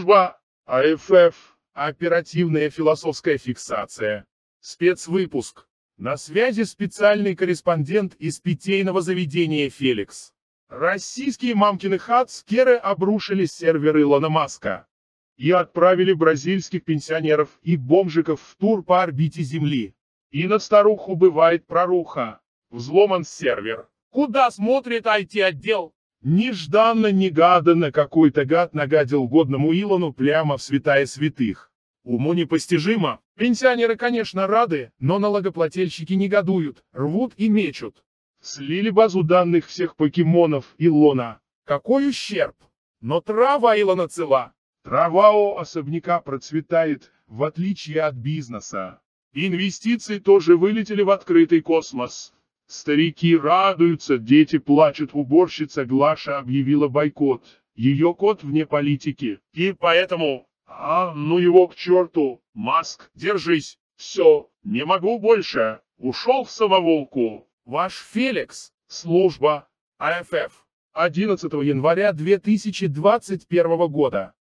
Служба АФФ. Оперативная философская фиксация. Спецвыпуск. На связи специальный корреспондент из питейного заведения «Феликс». Российские мамкины хацкеры обрушили сервер Илона Маска и отправили бразильских пенсионеров и бомжиков в тур по орбите Земли. И на старуху бывает проруха. Взломан сервер. Куда смотрит IT-отдел? Нежданно-негаданно какой-то гад нагадил годному Илону прямо в святая святых. Уму непостижимо. Пенсионеры, конечно, рады, но налогоплательщики негодуют, рвут и мечут. Слили базу данных всех покемонов Илона. Какой ущерб! Но трава Илона цела. Трава у особняка процветает, в отличие от бизнеса. Инвестиции тоже вылетели в открытый космос. Старики радуются, дети плачут, уборщица Глаша объявила бойкот. Ее кот вне политики. И поэтому... ну его к черту. Маск, держись. Все, не могу больше. Ушел в самоволку. Ваш Феликс. Служба АФФ. 11 января 2021 года.